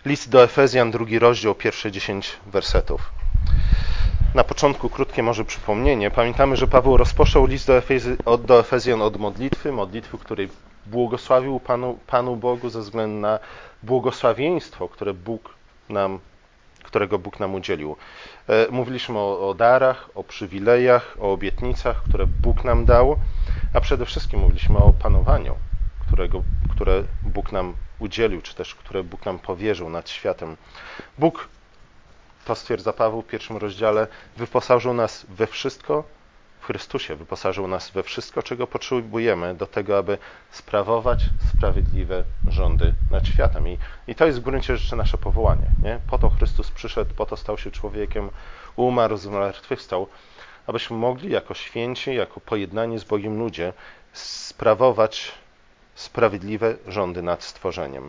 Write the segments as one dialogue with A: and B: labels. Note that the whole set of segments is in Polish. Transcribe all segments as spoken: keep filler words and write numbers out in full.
A: List do Efezjan, drugi rozdział, pierwsze dziesięć wersetów. Na początku krótkie może przypomnienie. Pamiętamy, że Paweł rozpoczął list do, Efezy, od, do Efezjan od modlitwy, modlitwy, której błogosławił Panu, Panu Bogu ze względu na błogosławieństwo, które Bóg nam, którego Bóg nam udzielił. Mówiliśmy o, o darach, o przywilejach, o obietnicach, które Bóg nam dał, a przede wszystkim mówiliśmy o panowaniu, którego, które Bóg nam udzielił, czy też które Bóg nam powierzył nad światem. Bóg, to stwierdza Paweł w pierwszym rozdziale, wyposażył nas we wszystko w Chrystusie, wyposażył nas we wszystko, czego potrzebujemy do tego, aby sprawować sprawiedliwe rządy nad światem. I, i to jest w gruncie rzeczy nasze powołanie. Nie? Po to Chrystus przyszedł, po to stał się człowiekiem, umarł, zmartwychwstał, abyśmy mogli jako święci, jako pojednani z Bogiem ludzie sprawować sprawiedliwe rządy nad stworzeniem.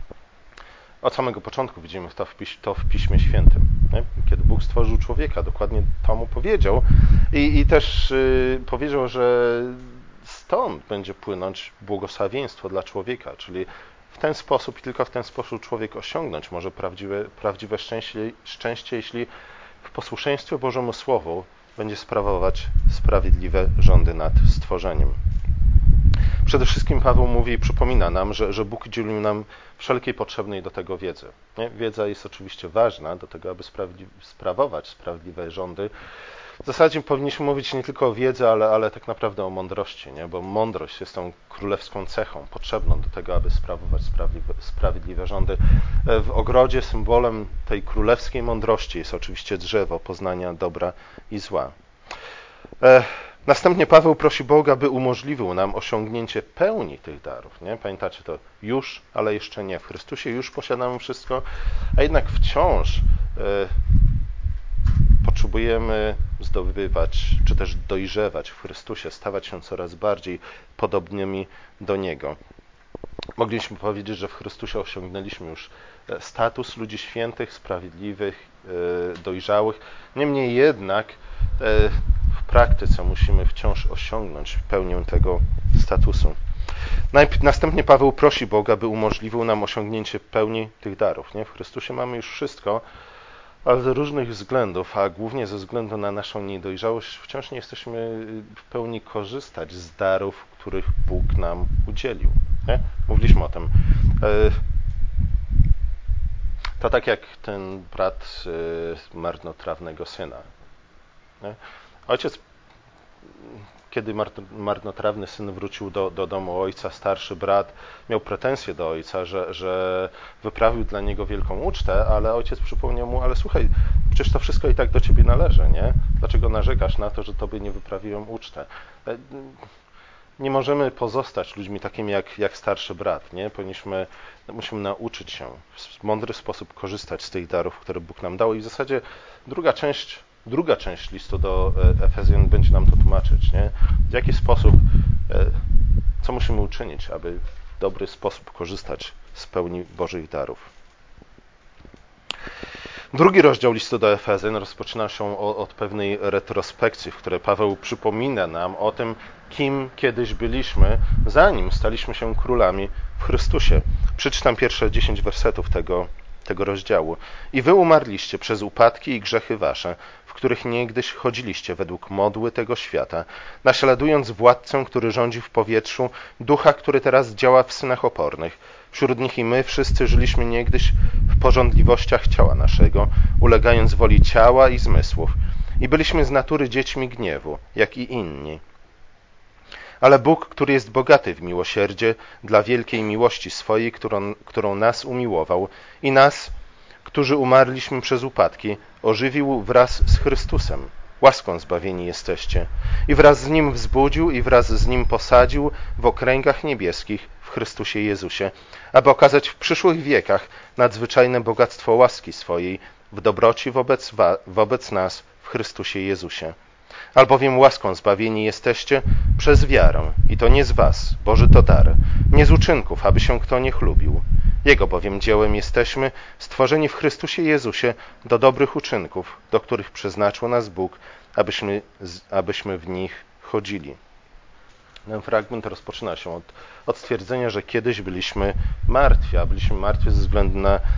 A: Od samego początku widzimy to w, piś- to w Piśmie Świętym. Nie? Kiedy Bóg stworzył człowieka, dokładnie to mu powiedział i, i też yy, powiedział, że stąd będzie płynąć błogosławieństwo dla człowieka, czyli w ten sposób i tylko w ten sposób człowiek osiągnąć może prawdziwe, prawdziwe szczęście, szczęście, jeśli w posłuszeństwie Bożemu Słowu będzie sprawować sprawiedliwe rządy nad stworzeniem. Przede wszystkim Paweł mówi i przypomina nam, że, że Bóg udzielił nam wszelkiej potrzebnej do tego wiedzy. Nie? Wiedza jest oczywiście ważna do tego, aby sprawiedli- sprawować sprawiedliwe rządy. W zasadzie powinniśmy mówić nie tylko o wiedzy, ale, ale tak naprawdę o mądrości, nie? Bo mądrość jest tą królewską cechą, potrzebną do tego, aby sprawować sprawiedliwe, sprawiedliwe rządy. W ogrodzie symbolem tej królewskiej mądrości jest oczywiście drzewo poznania dobra i zła. E, Następnie Paweł prosi Boga, by umożliwił nam osiągnięcie pełni tych darów. Nie? Pamiętacie to już, ale jeszcze nie. W Chrystusie już posiadamy wszystko, a jednak wciąż e, potrzebujemy zdobywać, czy też dojrzewać w Chrystusie, stawać się coraz bardziej podobnymi do Niego. Mogliśmy powiedzieć, że w Chrystusie osiągnęliśmy już status ludzi świętych, sprawiedliwych, e, dojrzałych. Niemniej jednak e, w praktyce musimy wciąż osiągnąć pełnię tego statusu. Najpierw, następnie Paweł prosi Boga, by umożliwił nam osiągnięcie pełni tych darów. Nie? W Chrystusie mamy już wszystko, ale z różnych względów, a głównie ze względu na naszą niedojrzałość, wciąż nie jesteśmy w pełni korzystać z darów, których Bóg nam udzielił. Nie? Mówiliśmy o tym. To tak jak ten brat marnotrawnego syna. Nie? Ojciec, kiedy marnotrawny syn wrócił do, do domu ojca, starszy brat miał pretensje do ojca, że, że wyprawił dla niego wielką ucztę, ale ojciec przypomniał mu, ale słuchaj, przecież to wszystko i tak do ciebie należy, nie? Dlaczego narzekasz na to, że tobie nie wyprawiłem ucztę? Nie możemy pozostać ludźmi takimi jak, jak starszy brat, nie? Powinniśmy, musimy nauczyć się w mądry sposób korzystać z tych darów, które Bóg nam dał. I w zasadzie druga część, druga część listu do Efezjan będzie nam to tłumaczyć, nie? W jaki sposób, co musimy uczynić, aby w dobry sposób korzystać z pełni Bożych darów. Drugi rozdział listu do Efezjan rozpoczyna się od pewnej retrospekcji, w której Paweł przypomina nam o tym, kim kiedyś byliśmy, zanim staliśmy się królami w Chrystusie. Przeczytam pierwsze dziesięć wersetów tego, tego rozdziału. I wy umarliście przez upadki i grzechy wasze, w których niegdyś chodziliście według modły tego świata, naśladując władcę, który rządzi w powietrzu, ducha, który teraz działa w synach opornych. Wśród nich i my wszyscy żyliśmy niegdyś w pożądliwościach ciała naszego, ulegając woli ciała i zmysłów. I byliśmy z natury dziećmi gniewu, jak i inni. Ale Bóg, który jest bogaty w miłosierdzie, dla wielkiej miłości swojej, którą, którą nas umiłował i nas, którzy umarliśmy przez upadki, ożywił wraz z Chrystusem. Łaską zbawieni jesteście. I wraz z Nim wzbudził i wraz z Nim posadził w okręgach niebieskich w Chrystusie Jezusie, aby okazać w przyszłych wiekach nadzwyczajne bogactwo łaski swojej w dobroci wobec, wa- wobec nas w Chrystusie Jezusie. Albowiem łaską zbawieni jesteście przez wiarę, i to nie z was, Boży to dar, nie z uczynków, aby się kto nie chlubił. Jego bowiem dziełem jesteśmy, stworzeni w Chrystusie Jezusie do dobrych uczynków, do których przeznaczył nas Bóg, abyśmy, abyśmy w nich chodzili. Ten fragment rozpoczyna się od, od stwierdzenia, że kiedyś byliśmy martwi, a byliśmy martwi ze względu na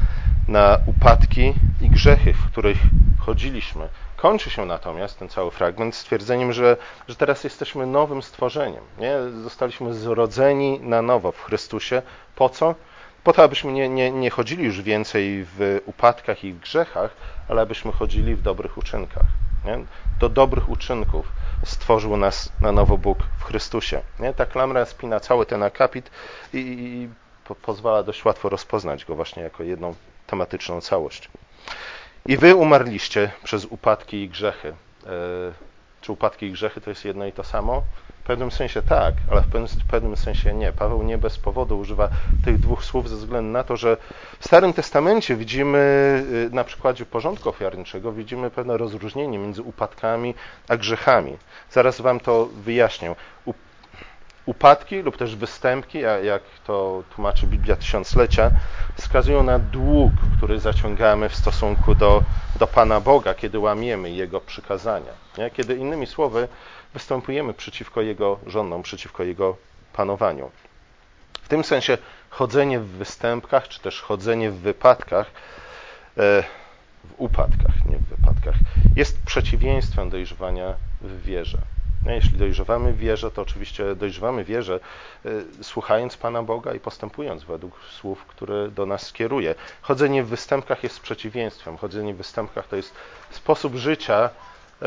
A: na upadki i grzechy, w których chodziliśmy. Kończy się natomiast ten cały fragment stwierdzeniem, że, że teraz jesteśmy nowym stworzeniem. Nie? Zostaliśmy zrodzeni na nowo w Chrystusie. Po co? Po to, abyśmy nie, nie, nie chodzili już więcej w upadkach i w grzechach, ale abyśmy chodzili w dobrych uczynkach. Nie? Do dobrych uczynków stworzył nas na nowo Bóg w Chrystusie. Nie? Ta klamra spina cały ten akapit i, i po, pozwala dość łatwo rozpoznać go właśnie jako jedną tematyczną całość. I wy umarliście przez upadki i grzechy. Yy, czy upadki i grzechy to jest jedno i to samo? W pewnym sensie tak, ale w pewnym, w pewnym sensie nie. Paweł nie bez powodu używa tych dwóch słów ze względu na to, że w Starym Testamencie widzimy, yy, na przykładzie porządku ofiarniczego, widzimy pewne rozróżnienie między upadkami a grzechami. Zaraz wam to wyjaśnię. U, upadki lub też występki, jak to tłumaczy Biblia Tysiąclecia, wskazują na dług, który zaciągamy w stosunku do, do Pana Boga, kiedy łamiemy Jego przykazania. Nie? Kiedy innymi słowy występujemy przeciwko Jego rządom, przeciwko Jego panowaniu. W tym sensie chodzenie w występkach, czy też chodzenie w wypadkach, e, w upadkach, nie w wypadkach, jest przeciwieństwem dojrzewania w wierze. Jeśli dojrzewamy w wierze, to oczywiście dojrzewamy w wierze, y, słuchając Pana Boga i postępując według słów, które do nas skieruje. Chodzenie w występkach jest przeciwieństwem. Chodzenie w występkach to jest sposób życia, y,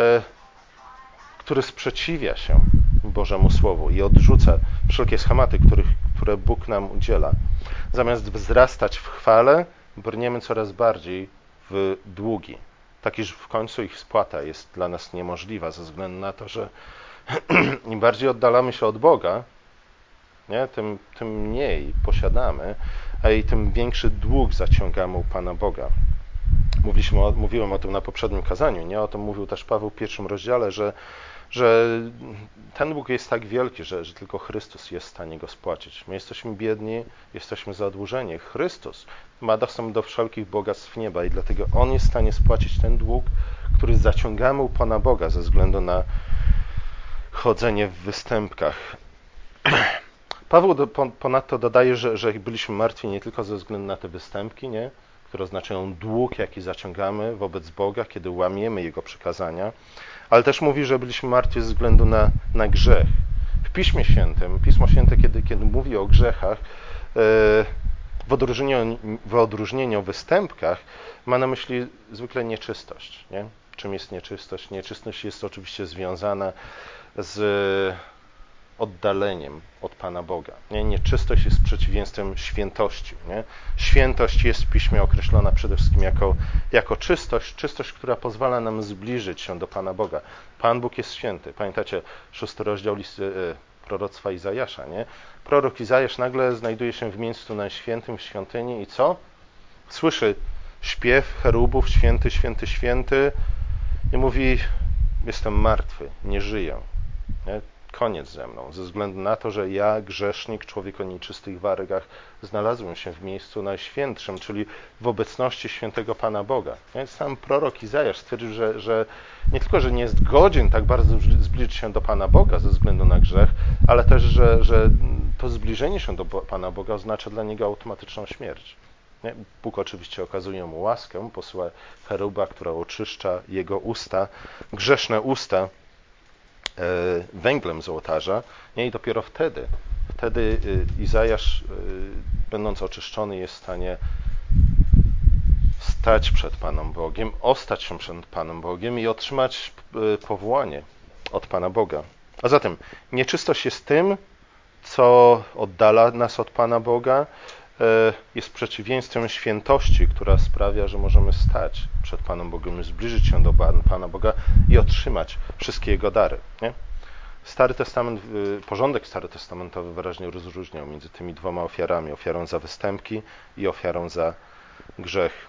A: który sprzeciwia się Bożemu Słowu i odrzuca wszelkie schematy, których, które Bóg nam udziela. Zamiast wzrastać w chwale, brniemy coraz bardziej w długi. Tak iż w końcu ich spłata jest dla nas niemożliwa, ze względu na to, że im bardziej oddalamy się od Boga, nie, tym, tym mniej posiadamy, a i tym większy dług zaciągamy u Pana Boga. Mówiliśmy o, mówiłem o tym na poprzednim kazaniu, nie? O tym mówił też Paweł w pierwszym rozdziale, że, że ten dług jest tak wielki, że, że tylko Chrystus jest w stanie go spłacić. My jesteśmy biedni, jesteśmy zadłużeni. Chrystus ma dostęp do wszelkich bogactw nieba i dlatego On jest w stanie spłacić ten dług, który zaciągamy u Pana Boga ze względu na chodzenie w występkach. Paweł do, ponadto dodaje, że, że byliśmy martwi nie tylko ze względu na te występki, nie? Które oznaczają dług, jaki zaciągamy wobec Boga, kiedy łamiemy Jego przykazania, ale też mówi, że byliśmy martwi ze względu na, na grzech. W Piśmie Świętym, Pismo Święte, kiedy, kiedy mówi o grzechach, w odróżnieniu, w odróżnieniu o występkach, ma na myśli zwykle nieczystość. Nie? Czym jest nieczystość? Nieczystość jest oczywiście związana z oddaleniem od Pana Boga. Nie? Nieczystość jest przeciwieństwem świętości. Nie? Świętość jest w Piśmie określona przede wszystkim jako, jako czystość, czystość, która pozwala nam zbliżyć się do Pana Boga. Pan Bóg jest święty. Pamiętacie szósty rozdział listy, e, proroctwa Izajasza, nie? Prorok Izajasz nagle znajduje się w miejscu najświętym w świątyni i co? Słyszy śpiew cherubów, święty, święty, święty i mówi, jestem martwy, nie żyję. Nie? Koniec ze mną, ze względu na to, że ja, grzesznik, człowiek o nieczystych wargach, znalazłem się w miejscu najświętszym, czyli w obecności świętego Pana Boga. Nie? Sam prorok Izajasz stwierdził, że, że nie tylko, że nie jest godzien tak bardzo zbliżyć się do Pana Boga ze względu na grzech, ale też, że, że to zbliżenie się do Pana Boga oznacza dla niego automatyczną śmierć. Nie? Bóg oczywiście okazuje mu łaskę, posyła cheruba, która oczyszcza jego usta, grzeszne usta, węglem z ołtarza, nie? I dopiero wtedy, wtedy Izajasz, będąc oczyszczony, jest w stanie stać przed Panem Bogiem, ostać się przed Panem Bogiem i otrzymać powołanie od Pana Boga. A zatem nieczystość jest tym, co oddala nas od Pana Boga, jest przeciwieństwem świętości, która sprawia, że możemy stać przed Panem Bogiem, zbliżyć się do Pana Boga i otrzymać wszystkie Jego dary. Nie? Stary Testament, porządek starotestamentowy wyraźnie rozróżniał między tymi dwoma ofiarami, ofiarą za występki i ofiarą za grzech.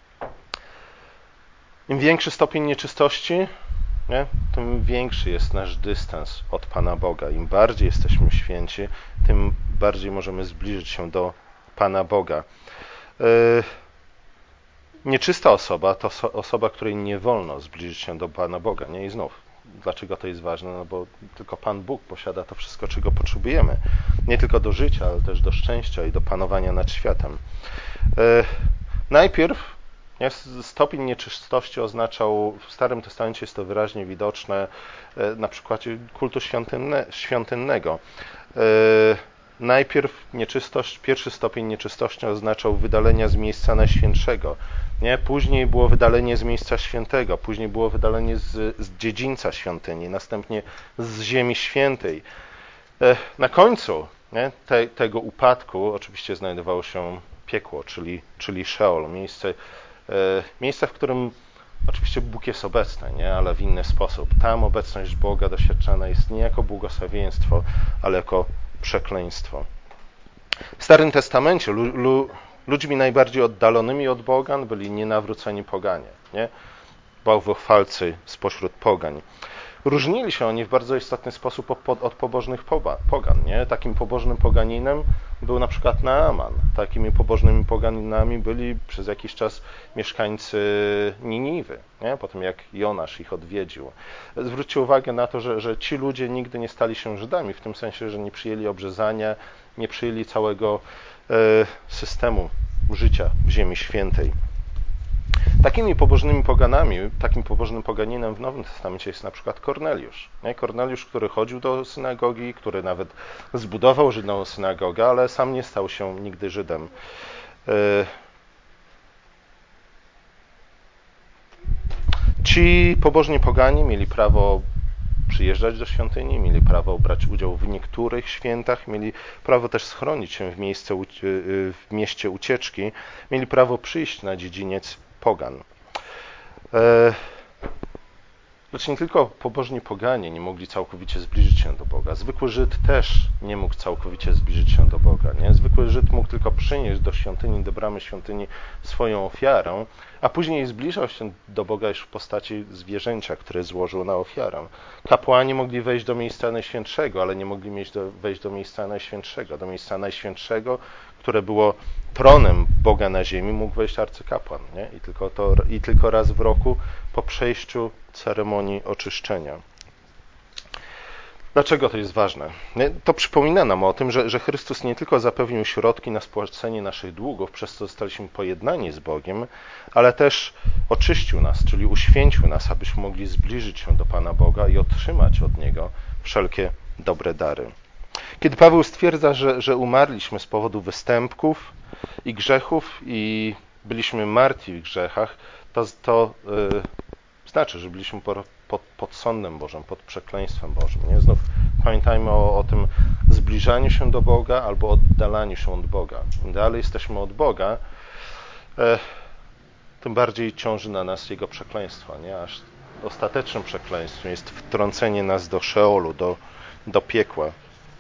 A: Im większy stopień nieczystości, nie? Tym większy jest nasz dystans od Pana Boga. Im bardziej jesteśmy święci, tym bardziej możemy zbliżyć się do Pana Boga. Yy, nieczysta osoba to so, osoba, której nie wolno zbliżyć się do Pana Boga. Nie? I znów, dlaczego to jest ważne? No bo tylko Pan Bóg posiada to wszystko, czego potrzebujemy. Nie tylko do życia, ale też do szczęścia i do panowania nad światem. Yy, Najpierw nie, stopień nieczystości oznaczał, w Starym Testamencie jest to wyraźnie widoczne, na przykładzie kultu świątynne, świątynnego. Najpierw nieczystość, pierwszy stopień nieczystości oznaczał wydalenie z miejsca najświętszego. Nie? Później było wydalenie z miejsca świętego, później było wydalenie z, z dziedzińca świątyni, następnie z ziemi świętej. Na końcu nie, te, tego upadku oczywiście znajdowało się piekło, czyli, czyli Szeol, miejsce, e, miejsce, w którym oczywiście Bóg jest obecny, nie, ale w inny sposób. Tam obecność Boga doświadczana jest nie jako błogosławieństwo, ale jako przekleństwo. W Starym Testamencie lu, lu, ludźmi najbardziej oddalonymi od pogan byli nienawróceni poganie, nie? Bałwochwalcy spośród pogań. Różnili się oni w bardzo istotny sposób od, od pobożnych pogan. Nie? Takim pobożnym poganinem był na przykład Naaman. Takimi pobożnymi poganinami byli przez jakiś czas mieszkańcy Niniwy, nie? Po tym jak Jonasz ich odwiedził. Zwróćcie uwagę na to, że, że ci ludzie nigdy nie stali się Żydami, w tym sensie, że nie przyjęli obrzezania, nie przyjęli całego e, systemu życia w Ziemi Świętej. Takimi pobożnymi poganami, takim pobożnym poganinem w Nowym Testamencie jest na przykład Korneliusz. Nie? Korneliusz, który chodził do synagogi, który nawet zbudował żydowską synagogę, ale sam nie stał się nigdy Żydem. Ci pobożni pogani mieli prawo przyjeżdżać do świątyni, mieli prawo brać udział w niektórych świętach, mieli prawo też schronić się w, miejsce, w mieście ucieczki, mieli prawo przyjść na dziedziniec pogan. Lecz nie tylko pobożni poganie nie mogli całkowicie zbliżyć się do Boga. Zwykły Żyd też nie mógł całkowicie zbliżyć się do Boga. Nie? Zwykły Żyd mógł tylko przynieść do świątyni, do bramy świątyni swoją ofiarę, a później zbliżał się do Boga już w postaci zwierzęcia, które złożył na ofiarę. Kapłani mogli wejść do miejsca najświętszego, ale nie mogli mieć do, wejść do miejsca najświętszego. Do miejsca najświętszego, które było tronem Boga na ziemi, mógł wejść arcykapłan. Nie? I, tylko to, I tylko raz w roku po przejściu ceremonii oczyszczenia. Dlaczego to jest ważne? To przypomina nam o tym, że, że Chrystus nie tylko zapewnił środki na spłacenie naszych długów, przez co zostaliśmy pojednani z Bogiem, ale też oczyścił nas, czyli uświęcił nas, abyśmy mogli zbliżyć się do Pana Boga i otrzymać od Niego wszelkie dobre dary. Kiedy Paweł stwierdza, że, że umarliśmy z powodu występków i grzechów i byliśmy martwi w grzechach, to, to yy, znaczy, że byliśmy pod, pod, pod sądem Bożym, pod przekleństwem Bożym. Nie? Znów pamiętajmy o, o tym zbliżaniu się do Boga albo oddalaniu się od Boga. Im dalej jesteśmy od Boga, e, tym bardziej ciąży na nas Jego przekleństwo. Nie? Aż ostatecznym przekleństwem jest wtrącenie nas do Szeolu, do, do piekła.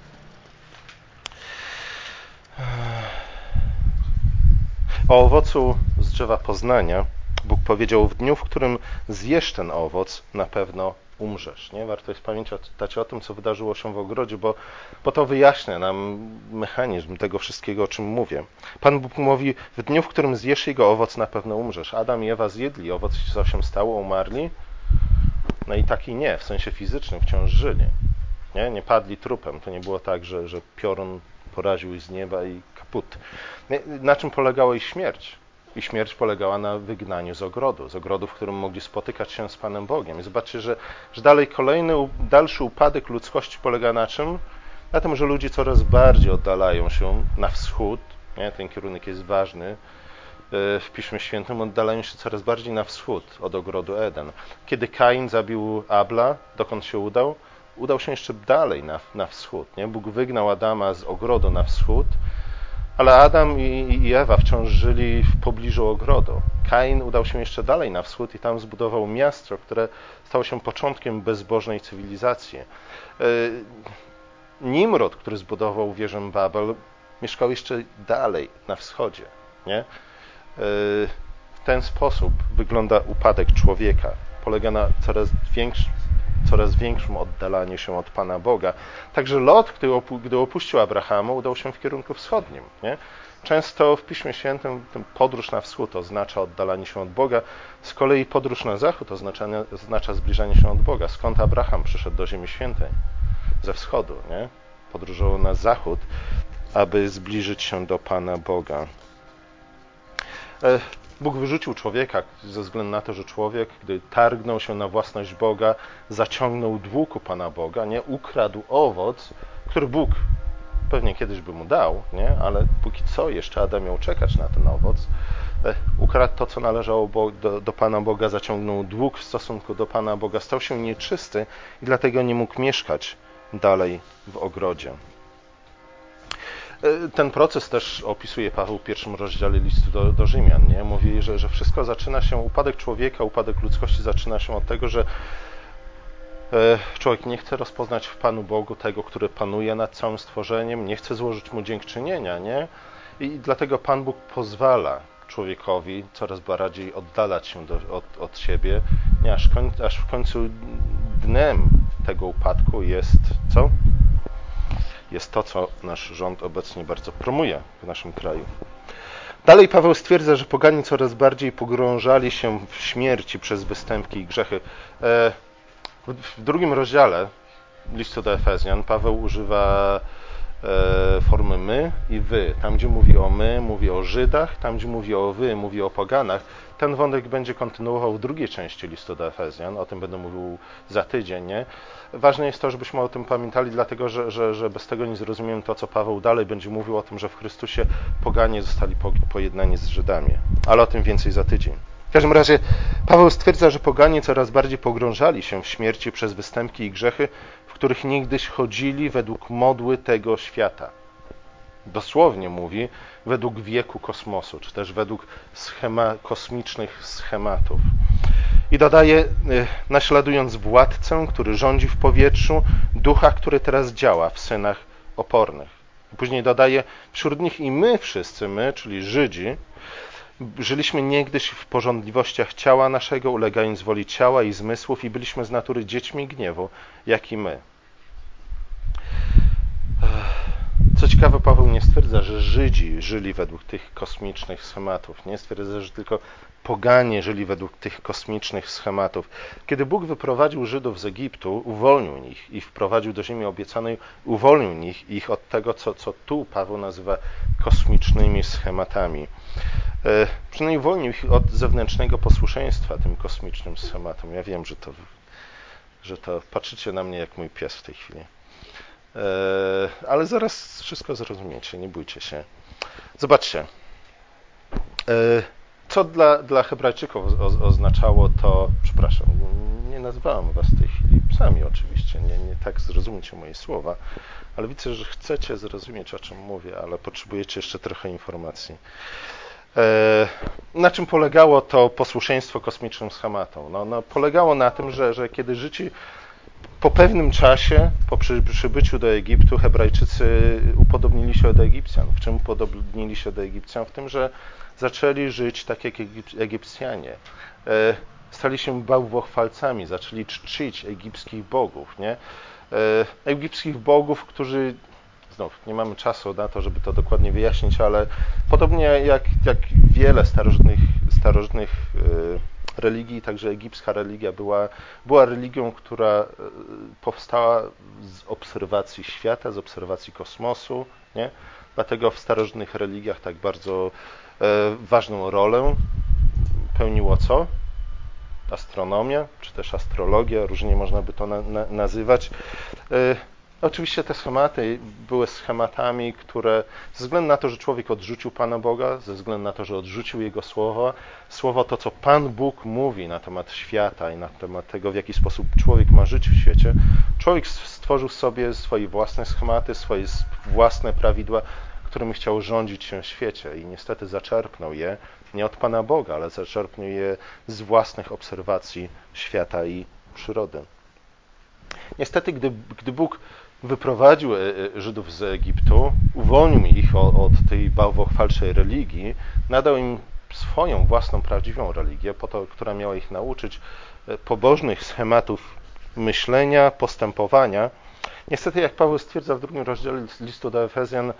A: O owocu z drzewa poznania Bóg powiedział: w dniu, w którym zjesz ten owoc, na pewno umrzesz. Nie? Warto jest pamiętać o tym, co wydarzyło się w ogrodzie, bo, bo to wyjaśnia nam mechanizm tego wszystkiego, o czym mówię. Pan Bóg mówi: w dniu, w którym zjesz jego owoc, na pewno umrzesz. Adam i Ewa zjedli owoc, co się stało? Umarli? No i tak i nie, w sensie fizycznym wciąż żyli. Nie, nie padli trupem. To nie było tak, że, że piorun poraził ich z nieba i kaput. Na czym polegała ich śmierć? I śmierć polegała na wygnaniu z ogrodu, z ogrodu, w którym mogli spotykać się z Panem Bogiem. I zobaczcie, że, że dalej kolejny, dalszy upadek ludzkości polega na czym? Na tym, że ludzie coraz bardziej oddalają się na wschód. Nie? Ten kierunek jest ważny w Piśmie Świętym, oddalają się coraz bardziej na wschód od ogrodu Eden. Kiedy Kain zabił Abla, dokąd się udał? Udał się jeszcze dalej na, na wschód. Nie? Bóg wygnał Adama z ogrodu na wschód, ale Adam i, i Ewa wciąż żyli w pobliżu ogrodu. Kain udał się jeszcze dalej na wschód i tam zbudował miasto, które stało się początkiem bezbożnej cywilizacji. Nimrod, który zbudował wieżę Babel, mieszkał jeszcze dalej na wschodzie. Nie? W ten sposób wygląda upadek człowieka. Polega na coraz większym coraz większym oddalaniu się od Pana Boga. Także Lot, gdy, opu- gdy opuścił Abrahama, udał się w kierunku wschodnim. Nie? Często w Piśmie Świętym podróż na wschód oznacza oddalanie się od Boga, z kolei podróż na zachód oznacza, oznacza zbliżanie się od Boga. Skąd Abraham przyszedł do Ziemi Świętej? Ze wschodu. Nie? Podróżował na zachód, aby zbliżyć się do Pana Boga. Bóg wyrzucił człowieka ze względu na to, że człowiek, gdy targnął się na własność Boga, zaciągnął dług u Pana Boga, nie? Ukradł owoc, który Bóg pewnie kiedyś by mu dał, nie? Ale póki co jeszcze Adam miał czekać na ten owoc. Ukradł to, co należało do, do Pana Boga, zaciągnął dług w stosunku do Pana Boga, stał się nieczysty i dlatego nie mógł mieszkać dalej w ogrodzie. Ten proces też opisuje Paweł w pierwszym rozdziale listu do, do Rzymian. Nie? Mówi, że, że wszystko zaczyna się, upadek człowieka, upadek ludzkości zaczyna się od tego, że człowiek nie chce rozpoznać w Panu Bogu tego, który panuje nad całym stworzeniem, nie chce złożyć mu dziękczynienia, nie? I dlatego Pan Bóg pozwala człowiekowi coraz bardziej oddalać się do, od, od siebie, nie? Aż, koń, aż w końcu dnem tego upadku jest co? Jest to, co nasz rząd obecnie bardzo promuje w naszym kraju. Dalej Paweł stwierdza, że poganie coraz bardziej pogrążali się w śmierci przez występki i grzechy. W drugim rozdziale listu do Efezjan Paweł używa formy my i wy. Tam, gdzie mówi o my, mówi o Żydach, tam, gdzie mówi o wy, mówi o poganach. Ten wątek będzie kontynuował w drugiej części listu do Efezjan. O tym będę mówił za tydzień, nie? Ważne jest to, żebyśmy o tym pamiętali, dlatego że, że, że bez tego nie zrozumiemy to, co Paweł dalej będzie mówił o tym, że w Chrystusie poganie zostali pojednani z Żydami. Ale o tym więcej za tydzień. W każdym razie Paweł stwierdza, że poganie coraz bardziej pogrążali się w śmierci przez występki i grzechy, w których niegdyś chodzili według modły tego świata. Dosłownie mówi, według wieku kosmosu, czy też według schema, kosmicznych schematów. I dodaje, naśladując władcę, który rządzi w powietrzu, ducha, który teraz działa w synach opornych. I później dodaje, wśród nich i my wszyscy, my, czyli Żydzi, żyliśmy niegdyś w porządliwościach ciała naszego, ulegając woli ciała i zmysłów i byliśmy z natury dziećmi gniewu, jak i my. Co ciekawe, Paweł nie stwierdza, że Żydzi żyli według tych kosmicznych schematów. Nie stwierdza, że tylko poganie żyli według tych kosmicznych schematów. Kiedy Bóg wyprowadził Żydów z Egiptu, uwolnił ich i wprowadził do ziemi obiecanej, uwolnił ich, ich od tego, co, co tu Paweł nazywa kosmicznymi schematami. E, przynajmniej uwolnił ich od zewnętrznego posłuszeństwa tym kosmicznym schematom. Ja wiem, że to, że to patrzycie na mnie jak mój pies w tej chwili. Ale zaraz wszystko zrozumiecie, nie bójcie się. Zobaczcie, co dla, dla Hebrajczyków oznaczało to, przepraszam, nie nazywałem was w tej chwili psami oczywiście, nie, nie tak zrozumiecie moje słowa, ale widzę, że chcecie zrozumieć, o czym mówię, ale potrzebujecie jeszcze trochę informacji. Na czym polegało to posłuszeństwo kosmicznym schematom? No, no, polegało na tym, że, że kiedy życi po pewnym czasie, po przybyciu do Egiptu, Hebrajczycy upodobnili się do Egipcjan. W czym upodobnili się do Egipcjan? W tym, że zaczęli żyć tak jak Egipcjanie. Stali się bałwochwalcami, zaczęli czcić egipskich bogów. Nie? Egipskich bogów, którzy, znów nie mamy czasu na to, żeby to dokładnie wyjaśnić, ale podobnie jak, jak wiele starożytnych, starożytnych religii, także egipska religia była, była religią, która powstała z obserwacji świata, z obserwacji kosmosu. Nie? Dlatego w starożytnych religiach tak bardzo e, ważną rolę pełniło co? Astronomia, czy też astrologia, różnie można by to na, na, nazywać. E, Oczywiście te schematy były schematami, które ze względu na to, że człowiek odrzucił Pana Boga, ze względu na to, że odrzucił Jego słowo, słowo to, co Pan Bóg mówi na temat świata i na temat tego, w jaki sposób człowiek ma żyć w świecie, człowiek stworzył sobie swoje własne schematy, swoje własne prawidła, którymi chciał rządzić się w świecie i niestety zaczerpnął je nie od Pana Boga, ale zaczerpnął je z własnych obserwacji świata i przyrody. Niestety, gdy, gdy Bóg wyprowadził Żydów z Egiptu, uwolnił ich od, od tej bałwochwalczej religii, nadał im swoją własną, prawdziwą religię, po to, która miała ich nauczyć pobożnych schematów myślenia, postępowania. Niestety, jak Paweł stwierdza w drugim rozdziale listu do Efezjan,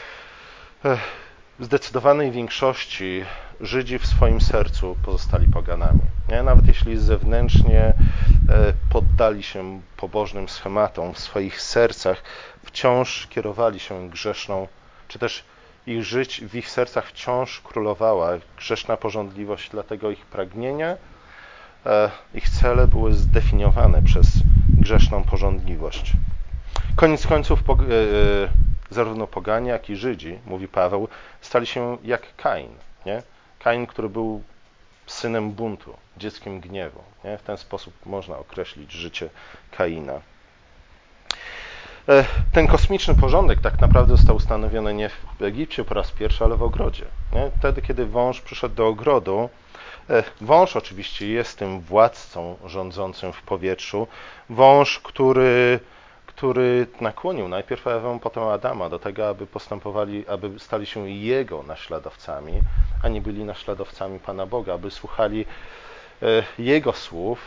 A: w zdecydowanej większości Żydzi w swoim sercu pozostali poganami. Nie? Nawet jeśli zewnętrznie poddali się pobożnym schematom, w swoich sercach wciąż kierowali się grzeszną, czy też ich żyć, w ich sercach wciąż królowała grzeszna pożądliwość, dlatego ich pragnienia, ich cele były zdefiniowane przez grzeszną pożądliwość. Koniec końców zarówno poganie, jak i Żydzi, mówi Paweł, stali się jak Kain. Nie? Kain, który był synem buntu, dzieckiem gniewu. Nie? W ten sposób można określić życie Kaina. Ten kosmiczny porządek tak naprawdę został ustanowiony nie w Egipcie po raz pierwszy, ale w ogrodzie. Nie? Wtedy, kiedy wąż przyszedł do ogrodu, wąż oczywiście jest tym władcą rządzącym w powietrzu. Wąż, który, który nakłonił najpierw Ewę, potem Adama do tego, aby postępowali, aby stali się jego naśladowcami, a nie byli naśladowcami Pana Boga, aby słuchali Jego słów,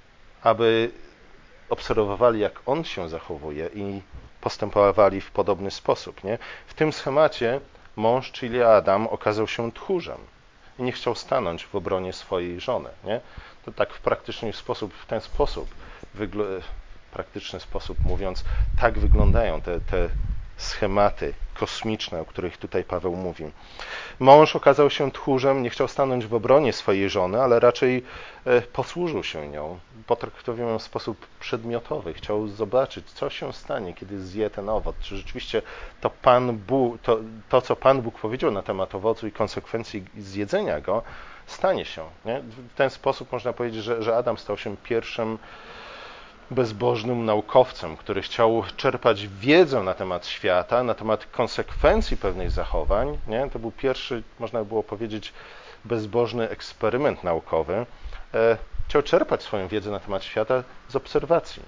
A: aby obserwowali, jak On się zachowuje i postępowali w podobny sposób. Nie? W tym schemacie mąż, czyli Adam, okazał się tchórzem i nie chciał stanąć w obronie swojej żony. Nie? To tak w praktyczny sposób, w ten sposób, wygl- praktyczny sposób mówiąc, tak wyglądają te, te schematy kosmiczne, o których tutaj Paweł mówi. Mąż okazał się tchórzem, nie chciał stanąć w obronie swojej żony, ale raczej posłużył się nią, potraktował ją w sposób przedmiotowy. Chciał zobaczyć, co się stanie, kiedy zje ten owoc. Czy rzeczywiście to, Pan Bóg, to, to co Pan Bóg powiedział na temat owocu i konsekwencji zjedzenia go, stanie się. Nie? W ten sposób można powiedzieć, że, że Adam stał się pierwszym bezbożnym naukowcem, który chciał czerpać wiedzę na temat świata, na temat konsekwencji pewnych zachowań. Nie? To był pierwszy, można było powiedzieć, bezbożny eksperyment naukowy. E, chciał czerpać swoją wiedzę na temat świata z obserwacji.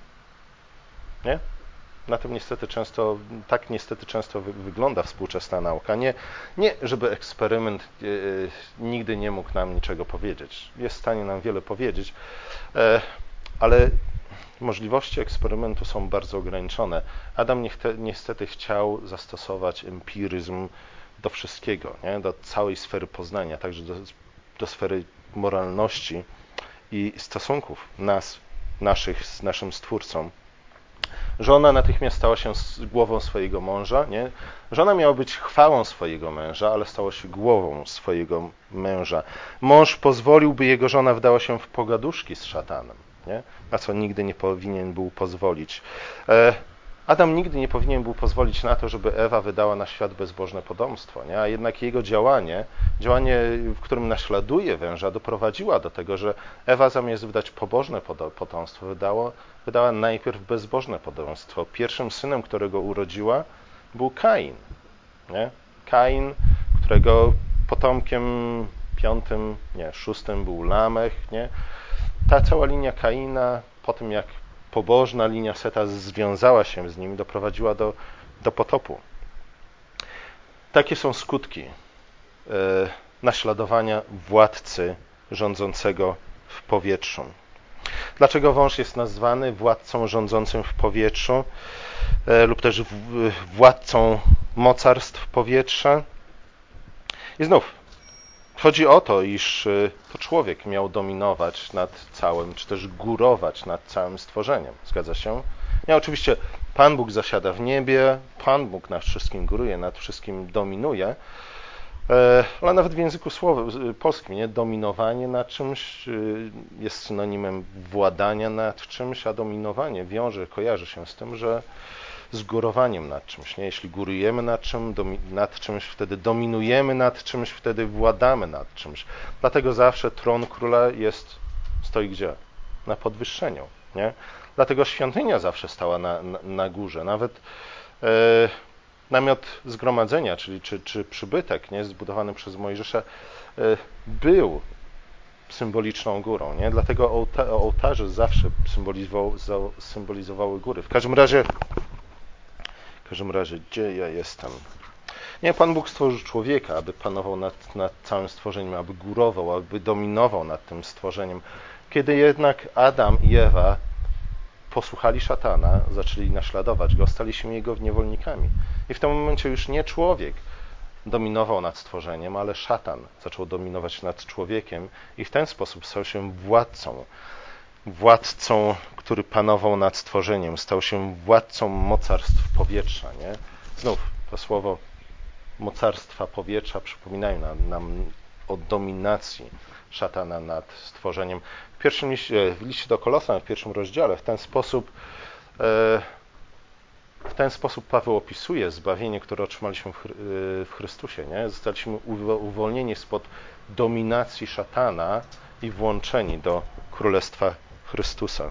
A: Nie? Na tym niestety często, tak niestety często wy, wygląda współczesna nauka. Nie, nie żeby eksperyment e, nigdy nie mógł nam niczego powiedzieć. Jest w stanie nam wiele powiedzieć, e, ale możliwości eksperymentu są bardzo ograniczone. Adam niestety chciał zastosować empiryzm do wszystkiego, nie? Do całej sfery poznania, także do, do sfery moralności i stosunków nas, naszych z naszym Stwórcą. Żona natychmiast stała się głową swojego męża. Nie? Żona miała być chwałą swojego męża, ale stała się głową swojego męża. Mąż pozwolił, by jego żona wdała się w pogaduszki z szatanem, nie? Na co nigdy nie powinien był pozwolić. Adam nigdy nie powinien był pozwolić na to, żeby Ewa wydała na świat bezbożne potomstwo, nie? A jednak jego działanie, działanie, w którym naśladuje węża, doprowadziła do tego, że Ewa zamiast wydać pobożne potomstwo, wydało, wydała najpierw bezbożne potomstwo. Pierwszym synem, którego urodziła, był Kain. Nie? Kain, którego potomkiem piątym, nie, szóstym był Lamech. Nie? Ta cała linia Kaina, po tym jak pobożna linia Seta związała się z nim, doprowadziła do, do potopu. Takie są skutki e, naśladowania władcy rządzącego w powietrzu. Dlaczego wąż jest nazwany władcą rządzącym w powietrzu e, lub też w, władcą mocarstw powietrza? I znów chodzi o to, iż to człowiek miał dominować nad całym, czy też górować nad całym stworzeniem. Zgadza się? Nie, oczywiście Pan Bóg zasiada w niebie, Pan Bóg nad wszystkim góruje, nad wszystkim dominuje, ale nawet w języku słowym, polskim, nie? Dominowanie nad czymś jest synonimem władania nad czymś, a dominowanie wiąże, kojarzy się z tym, że z górowaniem nad czymś. Nie? Jeśli górujemy nad, czym, domi, nad czymś, wtedy dominujemy nad czymś, wtedy władamy nad czymś. Dlatego zawsze tron króla jest, stoi gdzie? Na podwyższeniu. Nie? Dlatego świątynia zawsze stała na, na, na górze. Nawet e, namiot zgromadzenia, czyli czy, czy przybytek, nie? Zbudowany przez Mojżesza, e, był symboliczną górą. Nie? Dlatego ołta, ołtarze zawsze symbolizowały, symbolizowały góry. W każdym razie W każdym razie, gdzie ja jestem? Nie, Pan Bóg stworzył człowieka, aby panował nad, nad całym stworzeniem, aby górował, aby dominował nad tym stworzeniem. Kiedy jednak Adam i Ewa posłuchali szatana, zaczęli naśladować go, stali się jego niewolnikami. I w tym momencie już nie człowiek dominował nad stworzeniem, ale szatan zaczął dominować nad człowiekiem i w ten sposób stał się władcą. Władcą, który panował nad stworzeniem, stał się władcą mocarstw powietrza. Nie? Znów to słowo mocarstwa powietrza przypominają nam, nam o dominacji szatana nad stworzeniem. W pierwszym liście, w liście do Kolosan, w pierwszym rozdziale, w ten sposób w ten sposób Paweł opisuje zbawienie, które otrzymaliśmy w Chrystusie. Nie? Zostaliśmy uwolnieni spod dominacji szatana i włączeni do Królestwa Chrystusa.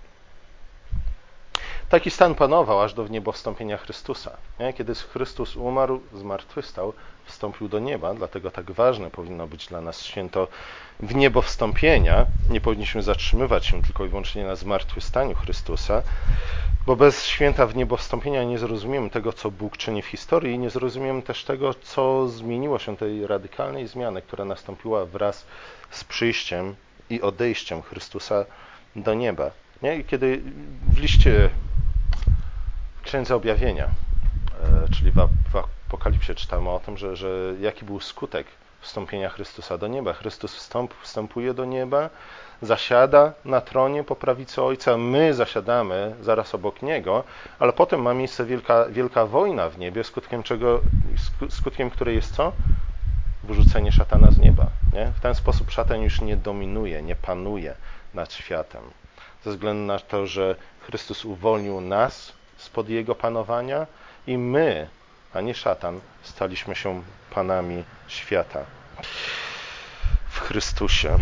A: Taki stan panował aż do wniebowstąpienia Chrystusa. Nie? Kiedy Chrystus umarł, zmartwychwstał, wstąpił do nieba, dlatego tak ważne powinno być dla nas święto wniebowstąpienia. Nie powinniśmy zatrzymywać się tylko i wyłącznie na zmartwychwstaniu Chrystusa, bo bez święta wniebowstąpienia nie zrozumiemy tego, co Bóg czyni w historii i nie zrozumiemy też tego, co zmieniło się, tej radykalnej zmiany, która nastąpiła wraz z przyjściem i odejściem Chrystusa do nieba. Nie? I kiedy w liście Księdza Objawienia, czyli w Apokalipsie czytamy o tym, że, że jaki był skutek wstąpienia Chrystusa do nieba. Chrystus wstąp, wstępuje do nieba, zasiada na tronie po prawicy Ojca, my zasiadamy zaraz obok Niego, ale potem ma miejsce wielka, wielka wojna w niebie, skutkiem czego, skutkiem której jest co? Wyrzucenie szatana z nieba. Nie? W ten sposób szatan już nie dominuje, nie panuje nad światem. Ze względu na to, że Chrystus uwolnił nas spod Jego panowania i my, a nie szatan, staliśmy się panami świata w Chrystusie.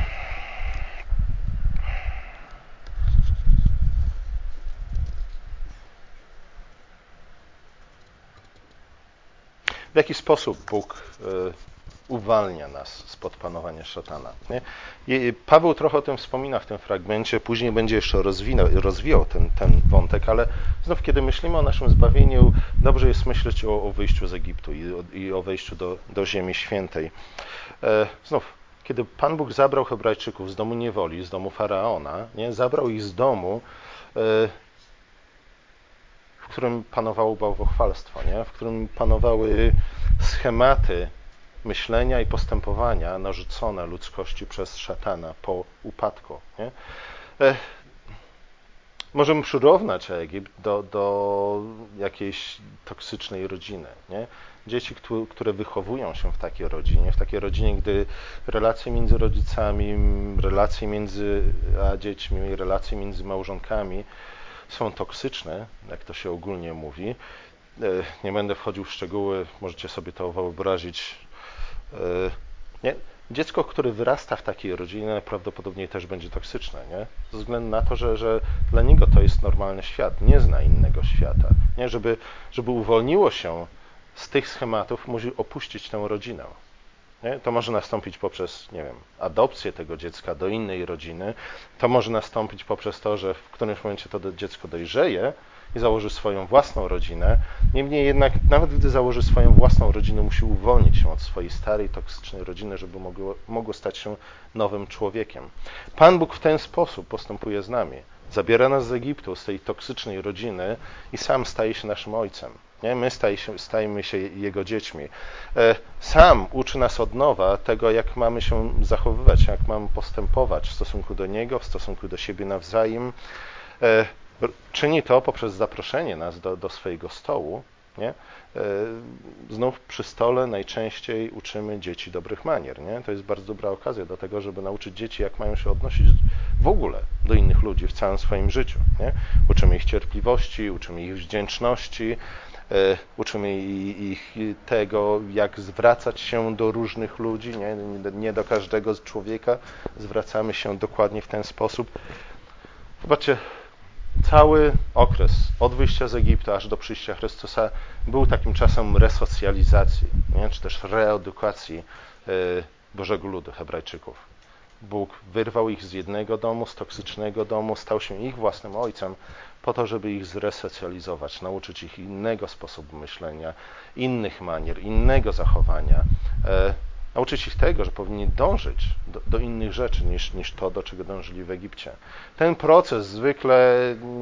A: W jaki sposób Bóg uwalnia nas spod panowania szatana? Nie? Paweł trochę o tym wspomina w tym fragmencie, później będzie jeszcze rozwinął, rozwijał ten, ten wątek, ale znów, kiedy myślimy o naszym zbawieniu, dobrze jest myśleć o, o wyjściu z Egiptu i o, i o wejściu do, do Ziemi Świętej. Znów, kiedy Pan Bóg zabrał Hebrajczyków z domu niewoli, z domu Faraona, nie? Zabrał ich z domu, w którym panowało bałwochwalstwo, nie? W którym panowały schematy myślenia i postępowania narzucone ludzkości przez szatana po upadku. Nie? E, możemy przyrównać Egipt do, do jakiejś toksycznej rodziny. Nie? Dzieci, które wychowują się w takiej rodzinie, w takiej rodzinie, gdy relacje między rodzicami, relacje między a dziećmi, relacje między małżonkami są toksyczne, jak to się ogólnie mówi. Nie będę wchodził w szczegóły, możecie sobie to wyobrazić. Nie? Dziecko, które wyrasta w takiej rodzinie, prawdopodobnie też będzie toksyczne, nie? Ze względu na to, że, że dla niego to jest normalny świat, nie zna innego świata. Nie? Żeby, żeby uwolniło się z tych schematów, musi opuścić tę rodzinę. Nie? To może nastąpić poprzez, nie wiem, adopcję tego dziecka do innej rodziny. To może nastąpić poprzez to, że w którymś momencie to dziecko dojrzeje i założy swoją własną rodzinę. Niemniej jednak, nawet gdy założy swoją własną rodzinę, musi uwolnić się od swojej starej, toksycznej rodziny, żeby mogło, mogło stać się nowym człowiekiem. Pan Bóg w ten sposób postępuje z nami. Zabiera nas z Egiptu, z tej toksycznej rodziny i sam staje się naszym ojcem. Nie? My staje się, stajemy się Jego dziećmi. Sam uczy nas od nowa tego, jak mamy się zachowywać, jak mamy postępować w stosunku do Niego, w stosunku do siebie nawzajem. Czyni to poprzez zaproszenie nas do, do swojego stołu. Nie? Znów przy stole najczęściej uczymy dzieci dobrych manier. Nie? To jest bardzo dobra okazja do tego, żeby nauczyć dzieci, jak mają się odnosić w ogóle do innych ludzi w całym swoim życiu. Nie? Uczymy ich cierpliwości, uczymy ich wdzięczności, uczymy ich tego, jak zwracać się do różnych ludzi. Nie? Nie do każdego człowieka zwracamy się dokładnie w ten sposób. Zobaczcie, cały okres od wyjścia z Egiptu aż do przyjścia Chrystusa był takim czasem resocjalizacji, nie? Czy też reedukacji Bożego ludu, Hebrajczyków. Bóg wyrwał ich z jednego domu, z toksycznego domu, stał się ich własnym ojcem po to, żeby ich zresocjalizować, nauczyć ich innego sposobu myślenia, innych manier, innego zachowania. Nauczyć ich tego, że powinni dążyć do, do innych rzeczy niż, niż to, do czego dążyli w Egipcie. Ten proces zwykle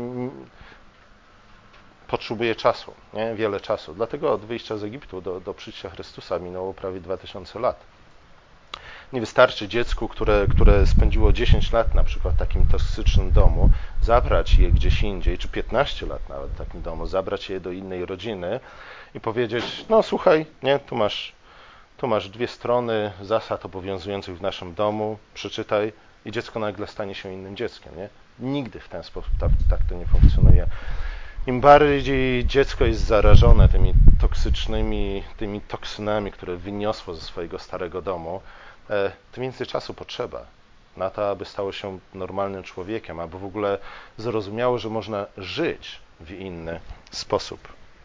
A: potrzebuje czasu, nie? Wiele czasu. Dlatego od wyjścia z Egiptu do, do przyjścia Chrystusa minęło prawie dwa tysiące lat. Nie wystarczy dziecku, które, które spędziło dziesięć lat na przykład w takim toksycznym domu, zabrać je gdzieś indziej, czy piętnaście lat nawet w takim domu, zabrać je do innej rodziny i powiedzieć, no słuchaj, nie, tu masz, tu masz dwie strony zasad obowiązujących w naszym domu, przeczytaj i dziecko nagle stanie się innym dzieckiem. Nie? Nigdy w ten sposób tak, tak to nie funkcjonuje. Im bardziej dziecko jest zarażone tymi toksycznymi, tymi toksynami, które wyniosło ze swojego starego domu, tym więcej czasu potrzeba na to, aby stało się normalnym człowiekiem, aby w ogóle zrozumiało, że można żyć w inny sposób.